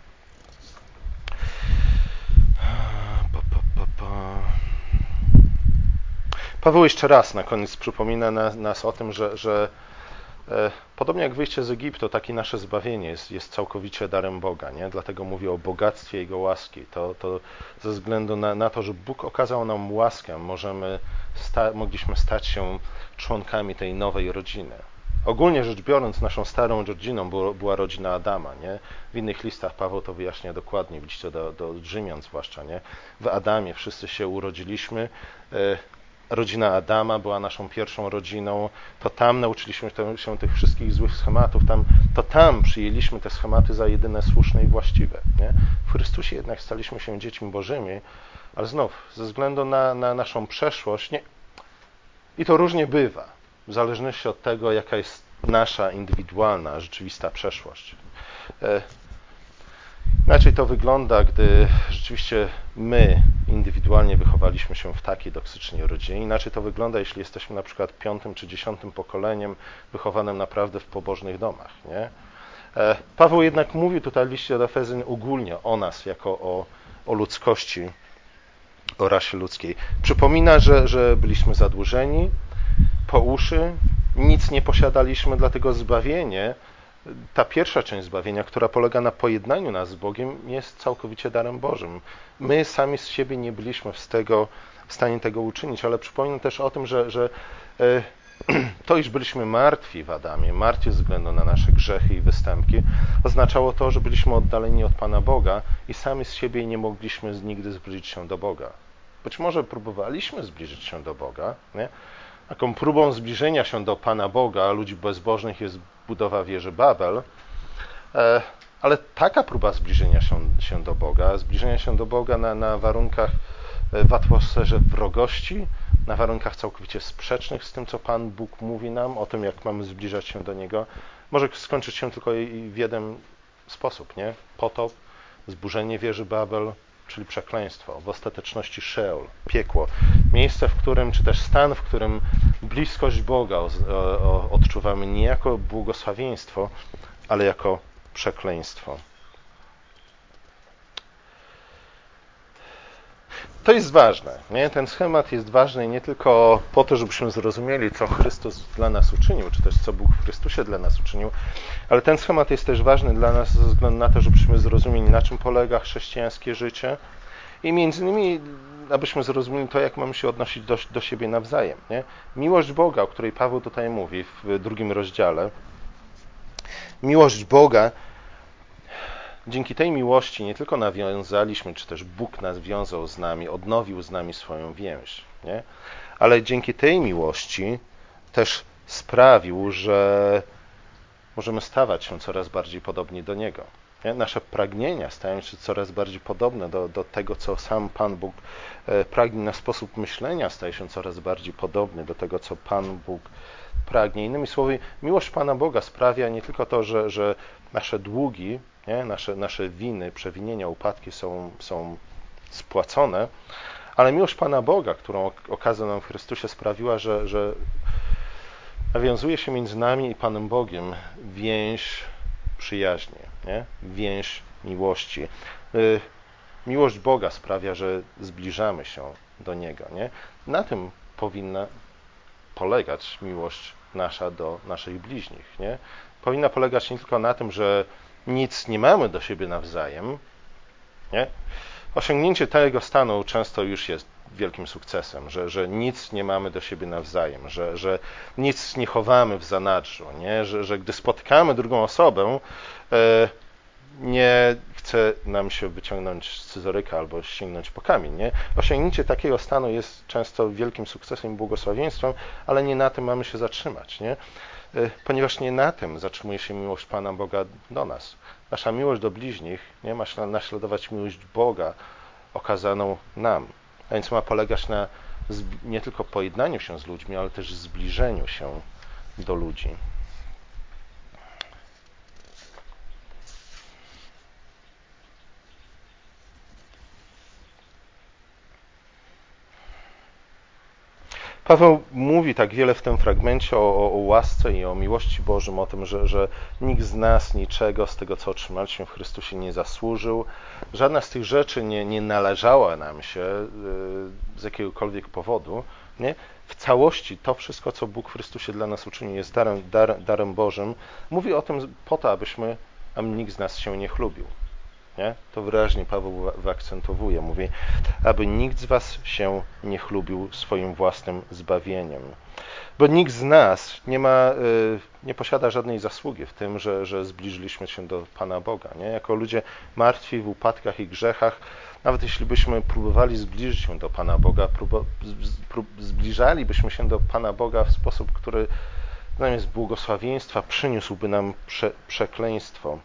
A: Paweł jeszcze raz na koniec przypomina nas o tym, że, że e, podobnie jak wyjście z Egiptu, takie nasze zbawienie jest, jest całkowicie darem Boga. Nie? Dlatego mówię o bogactwie Jego łaski. To, to ze względu na, na to, że Bóg okazał nam łaskę, możemy sta, mogliśmy stać się członkami tej nowej rodziny. Ogólnie rzecz biorąc, naszą starą rodziną było, była rodzina Adama. Nie? W innych listach Paweł to wyjaśnia dokładnie, w liście do, do Rzymian zwłaszcza. Nie? W Adamie wszyscy się urodziliśmy. E, Rodzina Adama była naszą pierwszą rodziną, to tam nauczyliśmy się tych wszystkich złych schematów, tam, to tam przyjęliśmy te schematy za jedyne słuszne i właściwe. Nie? W Chrystusie jednak staliśmy się dziećmi Bożymi, ale znów, ze względu na, na naszą przeszłość, nie, i to różnie bywa, w zależności od tego, jaka jest nasza indywidualna, rzeczywista przeszłość. Inaczej to wygląda, gdy rzeczywiście my indywidualnie wychowaliśmy się w takiej toksycznej rodzinie. Inaczej to wygląda, jeśli jesteśmy na przykład piątym czy dziesiątym pokoleniem wychowanym naprawdę w pobożnych domach. Nie? Paweł jednak mówił tutaj w liście do Efezjan ogólnie o nas, jako o, o ludzkości, o rasie ludzkiej. Przypomina, że, że byliśmy zadłużeni po uszy, nic nie posiadaliśmy, dlatego zbawienie, ta pierwsza część zbawienia, która polega na pojednaniu nas z Bogiem, jest całkowicie darem Bożym. My sami z siebie nie byliśmy w, tego, w stanie tego uczynić, ale przypominam też o tym, że, że to, iż byliśmy martwi w Adamie, martwi ze względu na nasze grzechy i występki, oznaczało to, że byliśmy oddaleni od Pana Boga i sami z siebie nie mogliśmy nigdy zbliżyć się do Boga. Być może próbowaliśmy zbliżyć się do Boga, nie? Taką próbą zbliżenia się do Pana Boga, ludzi bezbożnych, jest budowa wieży Babel, ale taka próba zbliżenia się, się do Boga, zbliżenia się do Boga na, na warunkach w atmosferze wrogości, na warunkach całkowicie sprzecznych z tym, co Pan Bóg mówi nam, o tym, jak mamy zbliżać się do Niego, może skończyć się tylko w jeden sposób, nie? Potop, zburzenie wieży Babel, czyli przekleństwo, w ostateczności Szeol, piekło, miejsce, w którym, czy też stan, w którym bliskość Boga odczuwamy nie jako błogosławieństwo, ale jako przekleństwo. To jest ważne. Nie? Ten schemat jest ważny nie tylko po to, żebyśmy zrozumieli, co Chrystus dla nas uczynił, czy też co Bóg w Chrystusie dla nas uczynił, ale ten schemat jest też ważny dla nas ze względu na to, żebyśmy zrozumieli, na czym polega chrześcijańskie życie i między innymi, abyśmy zrozumieli to, jak mamy się odnosić do, do siebie nawzajem. Nie? Miłość Boga, o której Paweł tutaj mówi w drugim rozdziale, miłość Boga, dzięki tej miłości nie tylko nawiązaliśmy, czy też Bóg nas wiązał z nami, odnowił z nami swoją więź, nie? Ale dzięki tej miłości też sprawił, że możemy stawać się coraz bardziej podobni do Niego. Nie? Nasze pragnienia stają się coraz bardziej podobne do, do tego, co sam Pan Bóg pragnie. Nasz sposób myślenia staje się coraz bardziej podobny do tego, co Pan Bóg pragnie. Innymi słowy, miłość Pana Boga sprawia nie tylko to, że, że nasze długi, nie? Nasze, nasze winy, przewinienia, upadki są, są spłacone, ale miłość Pana Boga, którą okazał nam w Chrystusie, sprawiła, że, że nawiązuje się między nami i Panem Bogiem więź przyjaźni, nie? Więź miłości. Miłość Boga sprawia, że zbliżamy się do Niego. Nie? Na tym powinna polegać miłość nasza do naszych bliźnich. Nie? Powinna polegać nie tylko na tym, że nic nie mamy do siebie nawzajem. Nie? Osiągnięcie tego stanu często już jest wielkim sukcesem, że, że nic nie mamy do siebie nawzajem, że, że nic nie chowamy w zanadrzu, nie? Że, że gdy spotykamy drugą osobę, e, nie chce nam się wyciągnąć scyzoryka albo ściągnąć po kamień. Nie? Osiągnięcie takiego stanu jest często wielkim sukcesem i błogosławieństwem, ale nie na tym mamy się zatrzymać. Nie? Ponieważ nie na tym zatrzymuje się miłość Pana Boga do nas. Nasza miłość do bliźnich nie ma naśladować miłość Boga okazaną nam. A więc ma polegać na nie tylko pojednaniu się z ludźmi, ale też zbliżeniu się do ludzi. Paweł mówi tak wiele w tym fragmencie o, o, o łasce i o miłości Bożym, o tym, że, że nikt z nas niczego z tego, co otrzymaliśmy w Chrystusie, nie zasłużył. Żadna z tych rzeczy nie, nie należała nam się yy, z jakiegokolwiek powodu. Nie? W całości to wszystko, co Bóg w Chrystusie dla nas uczynił, jest darem, dar, darem Bożym. Mówi o tym po to, abyśmy, aby nikt z nas się nie chlubił. Nie? To wyraźnie Paweł wyakcentowuje. Mówi, aby nikt z was się nie chlubił swoim własnym zbawieniem. Bo nikt z nas nie ma, nie posiada żadnej zasługi w tym, że, że zbliżyliśmy się do Pana Boga. Nie? Jako ludzie martwi w upadkach i grzechach, nawet jeśli byśmy próbowali zbliżyć się do Pana Boga, próbo, prób, zbliżalibyśmy się do Pana Boga w sposób, który zamiast błogosławieństwa przyniósłby nam prze, przekleństwo.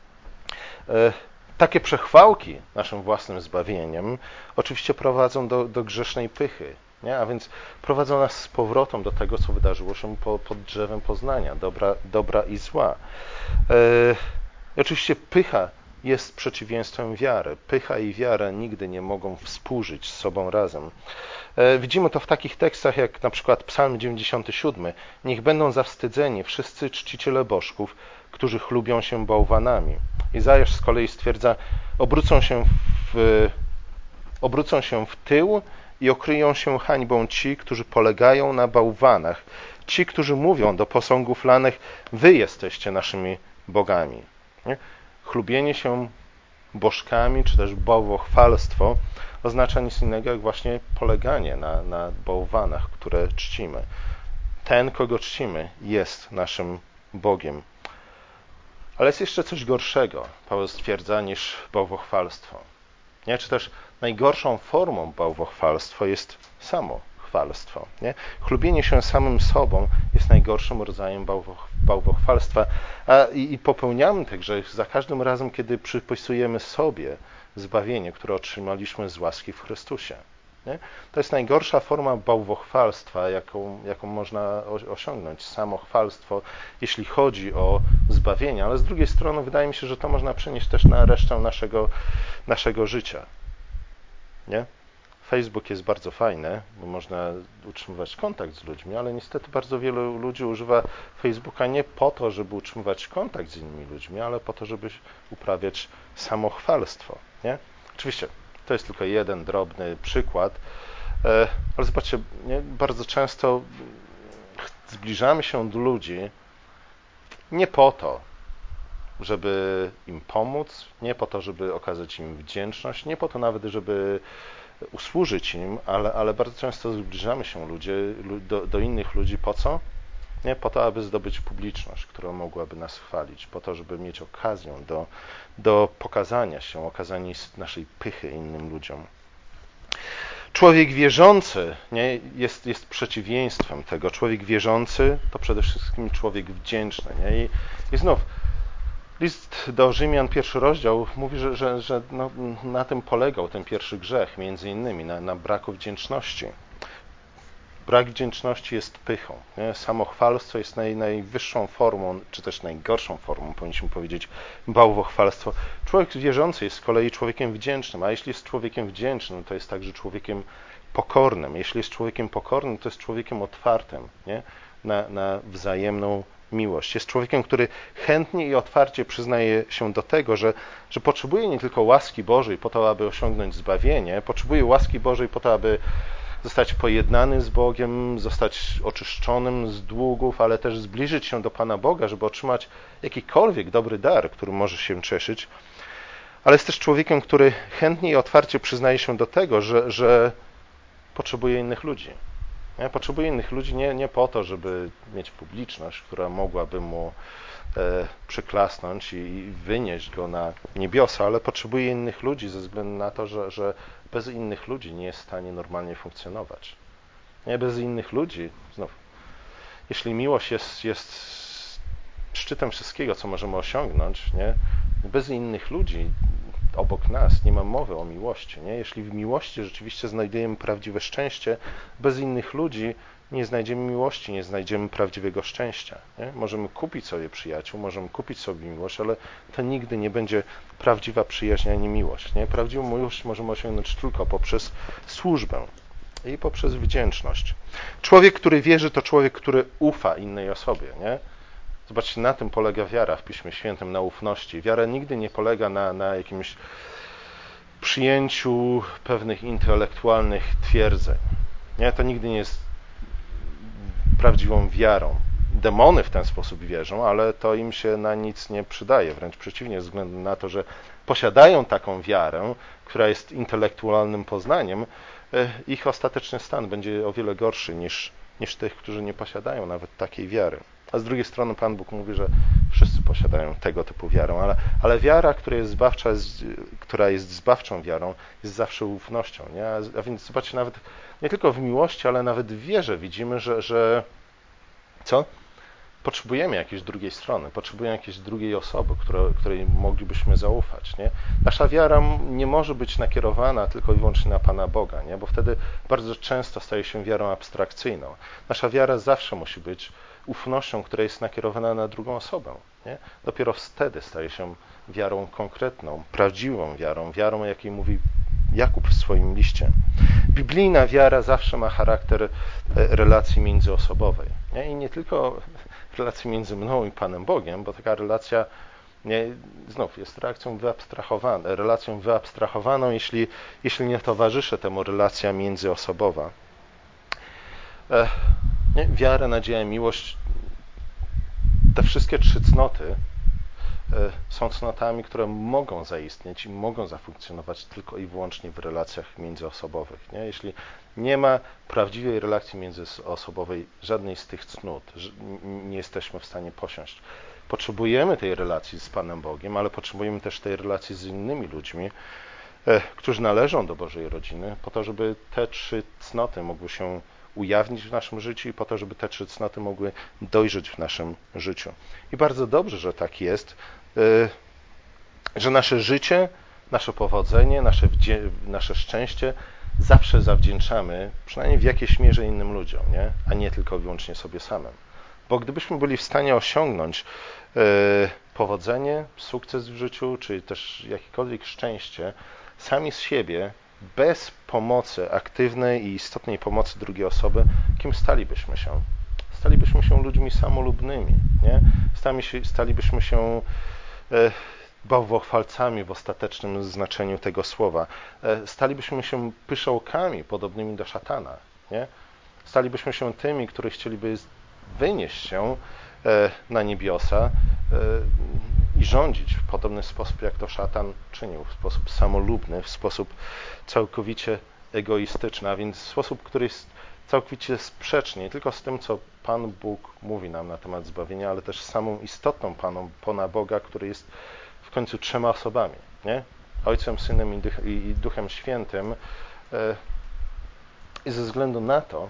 A: Takie przechwałki naszym własnym zbawieniem oczywiście prowadzą do, do grzesznej pychy, nie? A więc prowadzą nas z powrotem do tego, co wydarzyło się po, pod drzewem poznania, dobra, dobra i zła. E, oczywiście pycha jest przeciwieństwem wiary. Pycha i wiara nigdy nie mogą współżyć z sobą razem. E, widzimy to w takich tekstach jak na przykład Psalm dziewięćdziesiąty siódmy. Niech będą zawstydzeni wszyscy czciciele bożków, którzy chlubią się bałwanami. Izajasz z kolei stwierdza, obrócą się w, obrócą się w tył i okryją się hańbą ci, którzy polegają na bałwanach, ci, którzy mówią do posągów lanych, wy jesteście naszymi bogami. Nie? Chlubienie się bożkami, czy też bałwochwalstwo oznacza nic innego jak właśnie poleganie na, na bałwanach, które czcimy. Ten, kogo czcimy, jest naszym Bogiem. Ale jest jeszcze coś gorszego, Paweł stwierdza, niż bałwochwalstwo. Nie? Czy też najgorszą formą bałwochwalstwa jest samo chwalstwo. Nie? Chlubienie się samym sobą jest najgorszym rodzajem bałwoch, bałwochwalstwa. A, i, I popełniamy ten grzech za każdym razem, kiedy przypisujemy sobie zbawienie, które otrzymaliśmy z łaski w Chrystusie. Nie? To jest najgorsza forma bałwochwalstwa, jaką, jaką można osiągnąć, samochwalstwo, jeśli chodzi o zbawienie, ale z drugiej strony wydaje mi się, że to można przenieść też na resztę naszego, naszego życia. Nie? Facebook jest bardzo fajny, bo można utrzymywać kontakt z ludźmi, ale niestety bardzo wielu ludzi używa Facebooka nie po to, żeby utrzymywać kontakt z innymi ludźmi, ale po to, żeby uprawiać samochwalstwo. Nie? Oczywiście to jest tylko jeden drobny przykład, ale zobaczcie, nie? Bardzo często zbliżamy się do ludzi nie po to, żeby im pomóc, nie po to, żeby okazać im wdzięczność, nie po to nawet, żeby usłużyć im, ale, ale bardzo często zbliżamy się ludzie, do, do innych ludzi po co? Nie po to, aby zdobyć publiczność, która mogłaby nas chwalić, po to, żeby mieć okazję do, do pokazania się, okazania naszej pychy innym ludziom. Człowiek wierzący nie, jest, jest przeciwieństwem tego. Człowiek wierzący to przede wszystkim człowiek wdzięczny. Nie? I, i znów list do Rzymian, pierwszy rozdział, mówi, że, że, że no, na tym polegał ten pierwszy grzech, między innymi na, na braku wdzięczności. Brak wdzięczności jest pychą. Nie? Samochwalstwo jest naj, najwyższą formą, czy też najgorszą formą, powinniśmy powiedzieć, bałwochwalstwo. Człowiek wierzący jest z kolei człowiekiem wdzięcznym, a jeśli jest człowiekiem wdzięcznym, to jest także człowiekiem pokornym. Jeśli jest człowiekiem pokornym, to jest człowiekiem otwartym, nie? Na, na wzajemną miłość. Jest człowiekiem, który chętnie i otwarcie przyznaje się do tego, że, że potrzebuje nie tylko łaski Bożej po to, aby osiągnąć zbawienie, potrzebuje łaski Bożej po to, aby zostać pojednany z Bogiem, zostać oczyszczonym z długów, ale też zbliżyć się do Pana Boga, żeby otrzymać jakikolwiek dobry dar, którym może się cieszyć. Ale jest też człowiekiem, który chętnie i otwarcie przyznaje się do tego, że, że potrzebuje innych ludzi. Nie? Potrzebuje innych ludzi nie, nie po to, żeby mieć publiczność, która mogłaby mu e, przyklasnąć i, i wynieść go na niebiosa, ale potrzebuje innych ludzi ze względu na to, że, że bez innych ludzi nie jest w stanie normalnie funkcjonować. Nie? Bez innych ludzi, znów, jeśli miłość jest, jest szczytem wszystkiego, co możemy osiągnąć, nie? Bez innych ludzi obok nas nie ma mowy o miłości. Nie? Jeśli w miłości rzeczywiście znajdujemy prawdziwe szczęście, bez innych ludzi nie znajdziemy miłości, nie znajdziemy prawdziwego szczęścia. Nie? Możemy kupić sobie przyjaciół, możemy kupić sobie miłość, ale to nigdy nie będzie prawdziwa przyjaźń ani miłość. Nie? Prawdziwą miłość możemy osiągnąć tylko poprzez służbę i poprzez wdzięczność. Człowiek, który wierzy, to człowiek, który ufa innej osobie. Nie? Zobaczcie, na tym polega wiara w Piśmie Świętym, na ufności. Wiara nigdy nie polega na, na jakimś przyjęciu pewnych intelektualnych twierdzeń. Nie? To nigdy nie jest prawdziwą wiarą. Demony w ten sposób wierzą, ale to im się na nic nie przydaje. Wręcz przeciwnie, ze względu na to, że posiadają taką wiarę, która jest intelektualnym poznaniem, ich ostateczny stan będzie o wiele gorszy niż, niż tych, którzy nie posiadają nawet takiej wiary. A z drugiej strony Pan Bóg mówi, że wszyscy posiadają tego typu wiarę, ale, ale wiara, która jest zbawcza, jest, która jest zbawczą wiarą, jest zawsze ufnością. Nie? A, a więc zobaczcie, nawet nie tylko w miłości, ale nawet w wierze widzimy, że, że co? Potrzebujemy jakiejś drugiej strony, potrzebujemy jakiejś drugiej osoby, która, której moglibyśmy zaufać. Nie? Nasza wiara nie może być nakierowana tylko i wyłącznie na Pana Boga, nie? Bo wtedy bardzo często staje się wiarą abstrakcyjną. Nasza wiara zawsze musi być ufnością, która jest nakierowana na drugą osobę. Nie? Dopiero wtedy staje się wiarą konkretną, prawdziwą wiarą, wiarą, jakiej mówi Jakub w swoim liście. Biblijna wiara zawsze ma charakter relacji międzyosobowej. Nie? I nie tylko relacji między mną i Panem Bogiem, bo taka relacja nie, znów jest reakcją wyabstrahowaną, relacją wyabstrahowaną, jeśli, jeśli nie towarzyszy temu relacja międzyosobowa. Nie? Wiara, nadzieja, miłość, te wszystkie trzy cnoty są cnotami, które mogą zaistnieć i mogą zafunkcjonować tylko i wyłącznie w relacjach międzyosobowych. Nie? Jeśli nie ma prawdziwej relacji międzyosobowej, żadnej z tych cnót nie jesteśmy w stanie posiąść. Potrzebujemy tej relacji z Panem Bogiem, ale potrzebujemy też tej relacji z innymi ludźmi, którzy należą do Bożej rodziny, po to, żeby te trzy cnoty mogły się ujawnić w naszym życiu i po to, żeby te trzy cnoty mogły dojrzeć w naszym życiu. I bardzo dobrze, że tak jest, że nasze życie, nasze powodzenie, nasze, nasze szczęście zawsze zawdzięczamy, przynajmniej w jakiejś mierze innym ludziom, nie? A nie tylko wyłącznie sobie samym. Bo gdybyśmy byli w stanie osiągnąć powodzenie, sukces w życiu, czy też jakiekolwiek szczęście sami z siebie, bez pomocy aktywnej i istotnej pomocy drugiej osoby, kim stalibyśmy się? Stalibyśmy się ludźmi samolubnymi, nie? Stalibyśmy się e, bałwochwalcami w ostatecznym znaczeniu tego słowa. E, stalibyśmy się pyszołkami podobnymi do szatana, nie? Stalibyśmy się tymi, którzy chcieliby wynieść się e, na niebiosa e, i rządzić w podobny sposób, jak to szatan czynił, w sposób samolubny, w sposób całkowicie egoistyczny, a więc w sposób, który jest całkowicie sprzeczny nie tylko z tym, co Pan Bóg mówi nam na temat zbawienia, ale też z samą istotą Paną, Pana Boga, który jest w końcu trzema osobami, nie? Ojcem, Synem i, Duch, i Duchem Świętym. I ze względu na to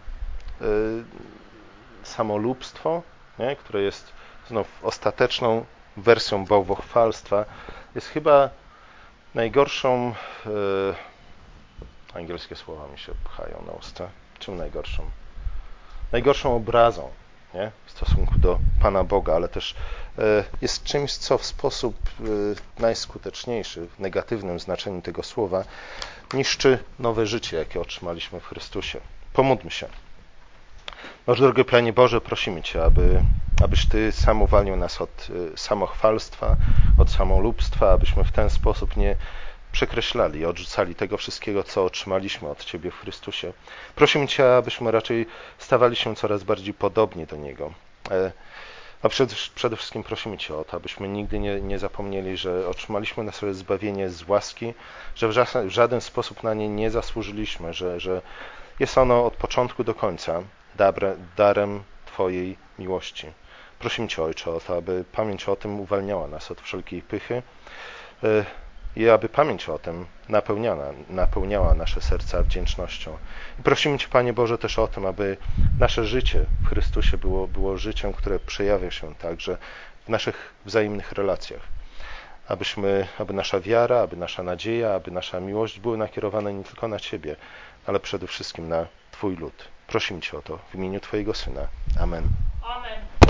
A: samolubstwo, nie? Które jest znów ostateczną wersją bałwochwalstwa, jest chyba najgorszą, e, angielskie słowa mi się pchają na usta, czym najgorszą? Najgorszą obrazą, nie? W stosunku do Pana Boga, ale też e, jest czymś, co w sposób e, najskuteczniejszy, w negatywnym znaczeniu tego słowa, niszczy nowe życie, jakie otrzymaliśmy w Chrystusie. Pomódlmy się. Nasz drogi Panie Boże, prosimy Cię, aby, abyś Ty sam uwalnił nas od samochwalstwa, od samolubstwa, abyśmy w ten sposób nie przekreślali, odrzucali tego wszystkiego, co otrzymaliśmy od Ciebie w Chrystusie. Prosimy Cię, abyśmy raczej stawali się coraz bardziej podobni do Niego. A przede, przede wszystkim prosimy Cię o to, abyśmy nigdy nie, nie zapomnieli, że otrzymaliśmy na sobie zbawienie z łaski, że w, ża- w żaden sposób na nie nie zasłużyliśmy, że, że jest ono od początku do końca darem Twojej miłości. Prosimy Cię, Ojcze, o to, aby pamięć o tym uwalniała nas od wszelkiej pychy i aby pamięć o tym napełniała, napełniała nasze serca wdzięcznością. I prosimy Cię, Panie Boże, też o tym, aby nasze życie w Chrystusie było, było życiem, które przejawia się także w naszych wzajemnych relacjach. Abyśmy, aby nasza wiara, aby nasza nadzieja, aby nasza miłość były nakierowane nie tylko na Ciebie, ale przede wszystkim na Twój lud. Prosimy Cię o to w imieniu Twojego Syna. Amen.
B: Amen.